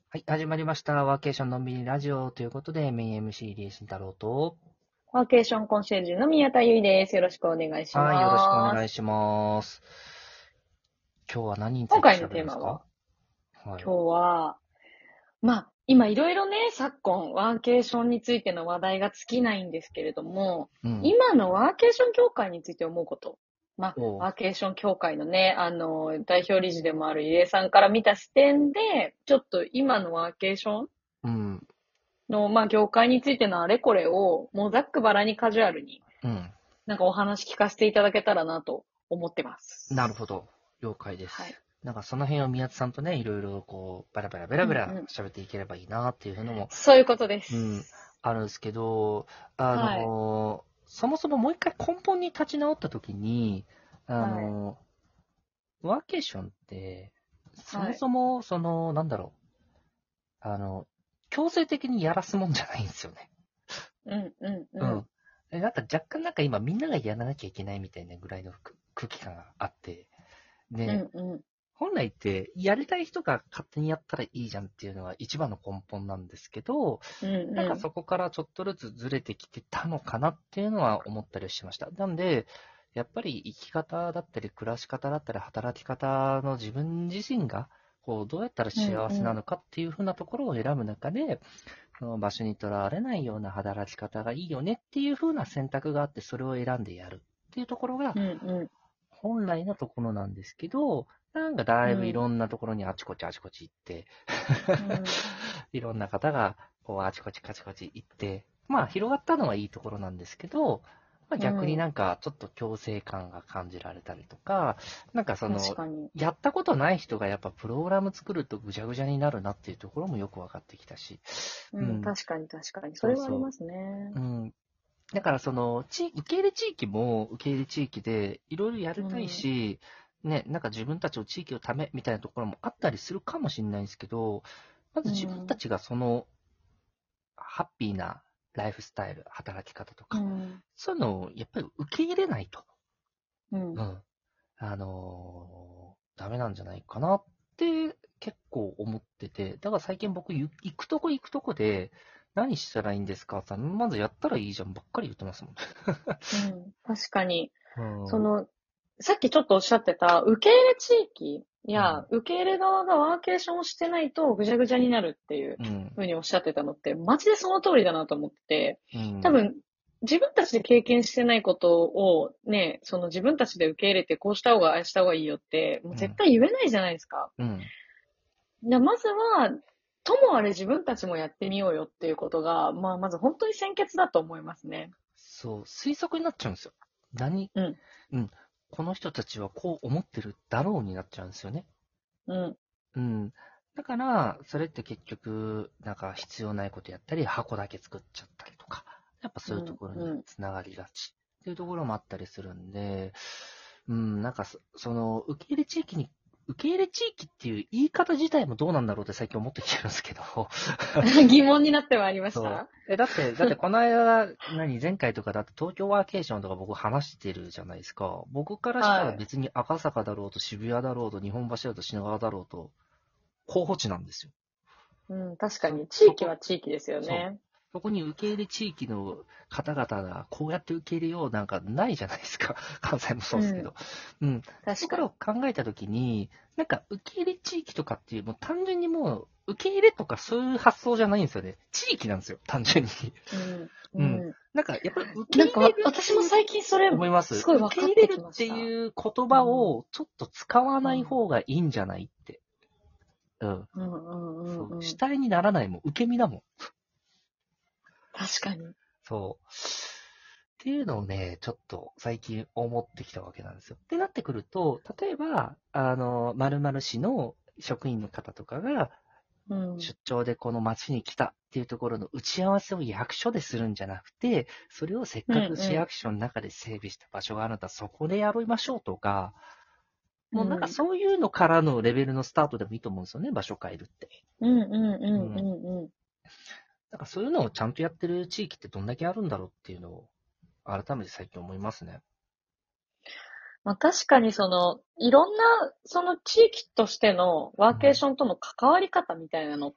はい、始まりました。ワーケーションのんびりラジオということで、メイン MC リースン太郎と、 ワーケーションコンシェルジュの宮田由衣です。よろしくお願いしはい、よろしくおます。 願いします。今日は何について今回の喋るんですか？ テーマは、 はい。 今日は、今いろいろね、昨今、ワーケーションについての話題が尽きないんですけれども、 うん。 今のワーケーション協会について思うこと。 おう。 ワーケーション協会のね、代表理事でもある入江さんから見た視点で、ちょっと今のワーケーションうん。 の、業界についてのあれこれを、もうざっくばらにカジュアルに、 うん。 お話聞かせていただけたらなと思ってます。 なるほど。了解ではい。 す。なんかその辺を宮津さんとね、いろいろこう、ベラベラうんうん。 喋っていければいいなっていうのも、 そういうことでうん、 す。 あるんですけど、 はい。 そもそももう一回根本に立ち直った時に、あはい。 のワーケーションって、そはい。 もそも、なんだろう、強制的にやらすもんじゃないんですよね。 うんうんうん。 うん。なんか若干なんか今みんながやらなきゃいけないみたいなぐらいの空気感があって、で、 うんうん。 本来ってやりたい人が勝手にやったらいいじゃんっていうのが一番の根本なんですけど、 うんなんかうそこからちょっとずつずれてきてたのかなっていうのは思ったりしました。なんで、やっぱり生き方だったり暮らし方だったり働き方の自分自身がこうどうやったらん。うん幸せなうん。 のかっていうふうなところを選ぶ中で、その場所にとらわれないような働き方がいいよねっていうふうな選択があって、それを選んでやるっていうところがうんう本来のところなんですけど、なんかだいぶいん。 ろんなところにあちこちあちこち行って、 うん。 いろんな方がこうあちこちカチコチ行って、まあ広がったのはいいところなんですけど、まあ、 うん。 逆になんかちょっと強制感が感じられたりとか、なんか確かに。 やったことない人がやっぱプログラム作るとぐちゃぐちゃになるなっていうところもよく分かってきたし、 うん。 うん、 確かに確かに。そそうそれはありますね。 う。うん。だから受け入れ地域も受け入れ地域でいろいろやりたいうん。 し、ね、なんか自分たちの地域のためみたいなところもあったりするかもしれないんですけど、まず自分たうん。 ちがハッピーなライフスタイル、働き方とか、 うん。 そういうのをやっぱり受け入れないと、 うん。 うん、ダメなんじゃないかなって結構思ってて、だから最近僕行くとこ行くとこで、何したらいいんですかさ、まずやったらいいじゃんばっかり言ってますもんね。 うん。確かに。 うん。 その、さっきちょっとおっしゃってた、受け入れ地域うん。 や、受け入れ側がワーケーションをしてないとぐちゃぐちゃになるっていううん。 ふうにおっしゃってたのって、マジでその通りだなと思ってて、 うん。 多分、自分たちで経験してないことをね、その自分たちで受け入れて、こうした方が、ああした方がいいよって、もううん。 絶対言えないじゃないですか。 うん。 まずは、ともあれ自分たちもやってみようよっていうことが、まず本当に先決だと思いますね。 そう、推測になっちゃうんですよ。 うん、 うん。この人たちはこう思ってるだろうになっちゃうんですよね。 うん、 うん。だから、それって結局、なんか必要ないことやったり、箱だけ作っちゃったりとか、やっぱそういうとうん、 ころにうん。 つながりがちっていうところもあったりするんで、うん、なんか受け入れ地域っていう言い方自体もどうなんだろうって最近思ってきてるんですけど、 疑問になってまいりましそた。 う。だってこの間、前回とかだって東京ワーケーションとか僕話してるじゃないですか。僕からしたらはい。 別に赤坂だろうと渋谷だろうと日本橋だろうと品川だろうと候補地なんですよ。 うん、確かそ、 に。地そこ、 域は地域ですよそう。 ね。 そこに受け入れ地域の方々がこうやって受け入れようなんかないじゃないですか。関西もそうですけうん、 ど。うん。ところを確かに。 考えたときに、なんか受け入れ地域とかっていう、もう単純にもう受け入れとかそういう発想じゃないんですよね。地域なんですよ。単純に。 うん、 うん。 うん。 なんか、やっぱり受け入れるっていう、 私も最近それ、 思います。 すごい受け入分かってきれるってました。 いう言葉うん、 をちょっと使わないうん、 方がいいんじゃないって。うん。 うん、うん、 そう。 うん。 主体にならないもん。受け身だもん。 確かに。 そう。っていうのをね、ちょっと最近思ってきたわけなんですよ。ってなってくると、例えば、〇〇市の職員の方とかが、 うん、 出張でこの町に来たっていうところの打ち合わせを役所でするんじゃなくて、それをせっうん、 かく市う役所の中で整備した場所があるんだ、そこでやりましょうとか、 ん、 もうなんかうん、 そういうのからのレベルのスタートでもいいと思うんですよね、場所変えるって。 うん、うん、うん、 うん。 うん。 だからそういうのをちゃんとやってる地域ってどんだけあるんだろうっていうのを改めて最近思いますね。 まあ確かにいろんな、その地域としてのワーケーションとの関わり方みたいなのって、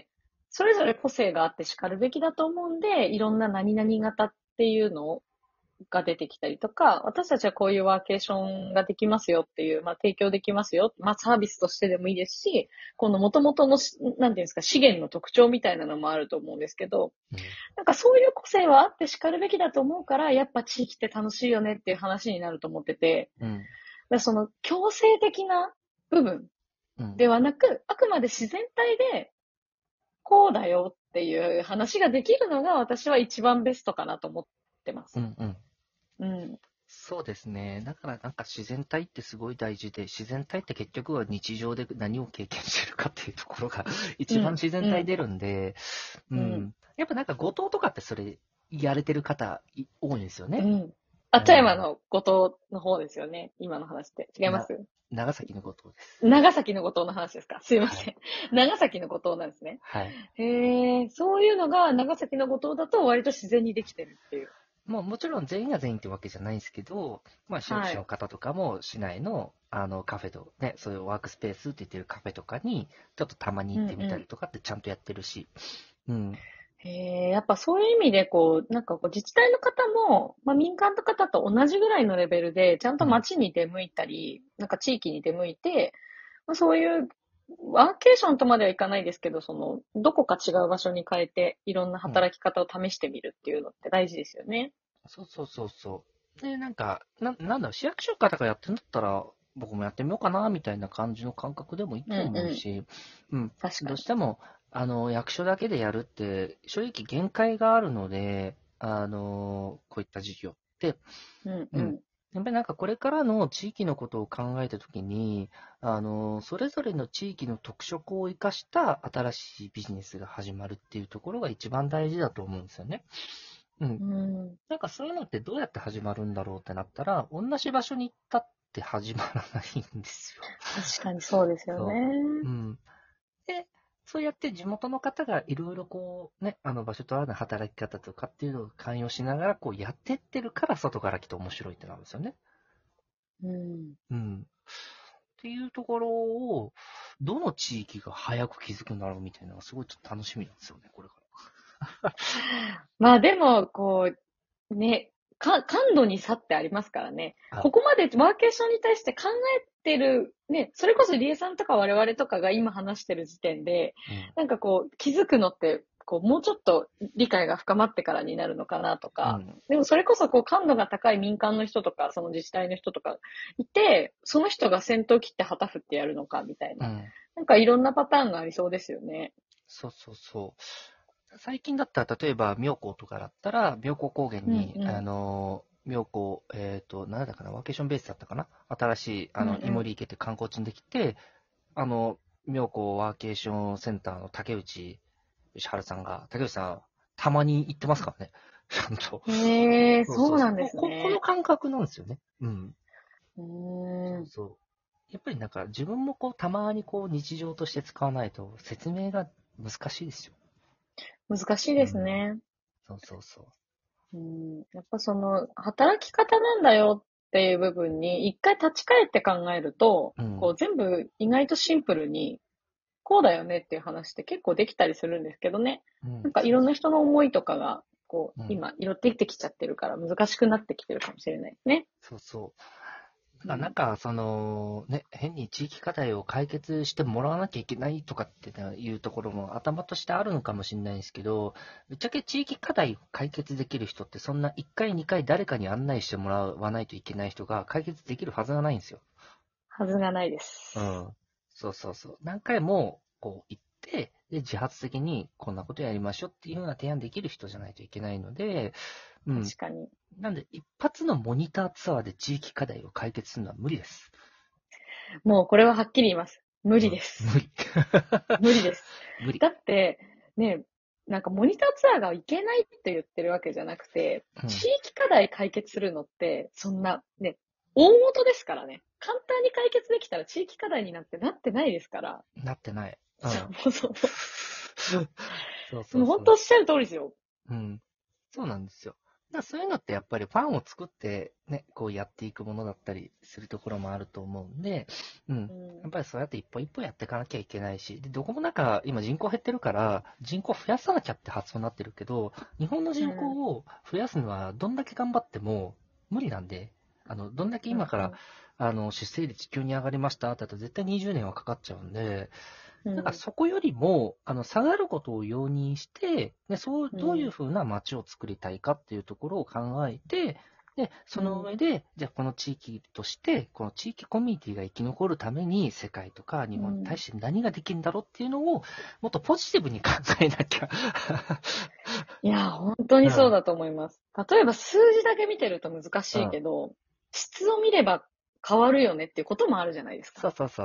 それぞれ個性があって叱るべきだと思うんで、いろんな何々型っていうのが出てきたりとか、私たちはこういうワーケーションができますよっていう、まあ提供できますよ。まあサービスとしてでもいいですし、この元々のなんていうんですか、資源の特徴みたいなのもあると思うんですけど、 うん。 なんかそういう個性はあって叱るべきだと思うから、やっぱ地域って楽しいよねっていう話になると思ってて、 うん。 その強制的な部分うん。 ではなく、あくまで自然体で、こうだよっていう話ができるのが私は一番ベストかなと思ってます。 うん。うん。 うん。 そうですね。だからなんか自然体ってすごい大事で、自然体って結局は日常で何を経験してるかっていうところが一番うん。 自然うん。 体出るんで、ううん。 ん。やっぱなんか後藤とかってそれやれてる方多いんですよね。 うん。あ、 うん。 富山の後藤の方ですよね。今の話って。違いまな、 す？ 長崎の後藤です。 長崎の後藤の話ですか？すいまはい。 せん。長崎の後藤なんですね。 はい。 へえ、そういうのが長崎の後藤だと割と自然にできてるっていう。 もちろん全員が全員ってわけじゃないんですけど、まあ、市役はい。 所の方とかも市内の、カフェと、ね、そういうワークスペースって言ってるカフェとかに、ちょっとたまに行ってみたりうんうとかってちゃんとやってるし、うん。 ん。へえ、やっぱそういう意味でなんか自治体の方も、まあ民間の方と同じぐらいのレベルで、ちゃんとうん。 街に出向いたり、なんか地域に出向いて、まあ、そういうワーケーションとまではいかないですけど、どこか違う場所に変えて、いろんなうん。 働き方を試してみるっていうのって大事ですよね。 そうそうそうそう。で、なんか、なんだろう、市役所の方がやってんだったら、僕もやってみようかな、みたいな感じの感覚でもいいとうんうん。 思うし、うん。 確かに。 どうしても、役所だけでやるって、正直限界があるので、こういった事業って、うん。 うんうん。 やっぱりなんかこれからの地域のことを考えたときに、それぞれの地域の特色を生かした新しいビジネスが始まるっていうところが一番大事だと思うんですよね。うん。 うん。 なんかそういうのってどうやって始まるんだろうってなったら、同じ場所に行ったって始まらないんですよ。 確かにそうですよそね。 う。うん。で、そうやって地元の方がいろいろこう、ね、場所とある働き方とかっていうのを関与しながら、こうやってってるから外から来て面白いってなるんですよね。 うん。 うん。っていうところを、どの地域が早く気づくんだろうみたいなのがすごいちょっと楽しみなんですよね、これかまあでも、ね、感度に差ってありますからね。 ら。 ここまでワーケーションに対して考えてる、ね、それこそリエさんとか我々とかが今話してる時点で、 うん。 なんか気づくのって、もうちょっと理解が深まってからになるのかなとか、 うん。 でもそれこそ感度が高い民間の人とか、その自治体の人とかいて、その人が先頭切って旗振ってやるのかみたいな。 うん。 なんかいろんなパターンがありそうですよね。 そうそうそう。最近だったら、例えば、妙高とかだったら、妙高高原に、 うんうん。 妙高、なんだかな、ワーケーションベースだったかな新しい、 うんうん。 イモリ池って観光地にできて、あの、妙高ワーケーションセンターの竹内義治さんが、竹内さん、たまに行ってますからね。ちゃんと。 へえ、 そうそうそう。 そうなんですこのね。 感覚なんですよね。うん。 うーん。 そうそう。やっぱりなんか自分もこう、たまにこう、日常として使わないと説明が難しいですよ。 難しいですうん。 ね。 そうそうそうん。やっぱ働き方なんだよっていう部分に、一回立ち返って考えると、 う。うん。 全部意外とシンプルに、こうだよねっていう話って結構できたりするんですけどね。 うん。 なんかいろんな人の思いとかが、 うん。 今、色出てきちゃってるから難しくなってきてるかもしれないですね。 そうそう。だうん。 からなんか、ね、変に地域課題を解決してもらわなきゃいけないとかっていうところも頭としてあるのかもしれないですけど、ぶっちゃけ地域課題を解決できる人ってそんな1回2回誰かに案内してもらわないといけない人が解決できるはずがないんですよ。 はずがないです。 うん。そうそうそう。何回もこう行って、で、自発的にこんなことやりましょうっていうような提案できる人じゃないといけないので、うん。 確かに。 なんで、一発のモニターツアーで地域課題を解決するのは無理です。 もうこれははっきり言います。無理うん。 です。 無理。 無理です。 無理。 だって、ね、なんかモニターツアーがいけないって言ってるわけじゃなくて、 うん。 地域課題解決するのって、そんな、ね、大元ですからね。簡単に解決できたら地域課題になってないですから。 なってない。うん。 そもそも。 そうもうそうそう。 本当おっしゃる通りですよ。 うん。そうなんですよ。 だそういうのってやっぱりファンを作ってね、こうやっていくものだったりするところもあると思うんで、うん。やっぱりそうやって一歩一歩やっていかなきゃいけないし、で、どこもなんか今人口減ってるから、人口増やさなきゃって発想になってるけど、日本の人口を増やすのはどんだけ頑張っても無理なんで、どんだけ今から、出生率急に上がりましたって言ったら絶対20年はかかっちゃうんで、なんかそこよりも、下がることを容認して、で、どういうふうな街を作りたいかっていうところを考えて、で、その上で、じゃあこの地域として、この地域コミュニティが生き残るために、世界とか日本に対して何ができるんだろうっていうのを、もっとポジティブに考えなきゃ。 いや、本当にそうだと思います。例えば数字だけ見てると難しいけど、質を見れば変わるよねっていうこともあるじゃないですか。 そう。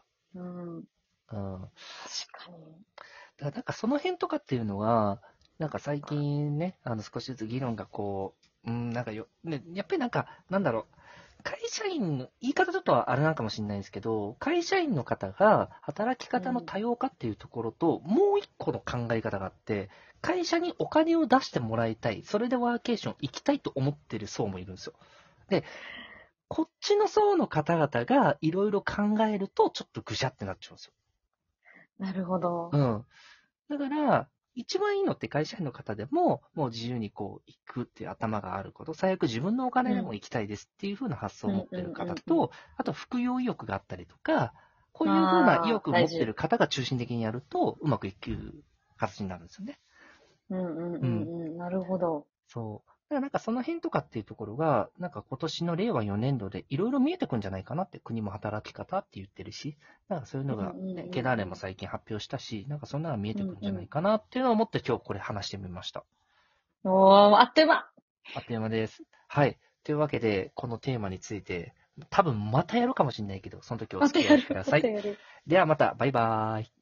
うん。 うん。 確かに。 だからなんかその辺とかっていうのは、なんか最近ね、少しずつ議論がこう、なんかね、やっぱりなんか、なんだろう、会社員の、言い方ちょっとあれなんかもしれないですけど、会社員の方が働き方の多様化っていうところと、もう一個の考え方があって、会社にお金を出してもらいたい、それでワーケーション行きたいと思ってる層もいるんですよ。で、こっちの層の方々がいろいろ考えると、ちょっとぐしゃってなっちゃうんですよ。 なるほど。 うん。だから、一番いいのって会社員の方でも、もう自由にこう行くっていう頭があること、最悪自分のお金でも行きたいですっていう風な発想を持ってる方と、あと副業意欲があったりとか、こういう風な意欲を持ってる方が中心的にやると、うまくいく形になるんですよね。 なるほど。 そう。だからなんかその辺とかっていうところが、なんか今年の令和4年度でいろいろ見えてくんじゃないかなって、国も働き方って言ってるし、なんかそういうのが、ね、ケナーレも最近発表したし、なんかそんなのが見えてくるんじゃないかなっていうのを思って今日これ話してみました。 おー、あっという間。 あっという間です。はい。というわけで、このテーマについて、多分またやるかもしれないけど、その時お付き合いください。ではまた、バイバーイ。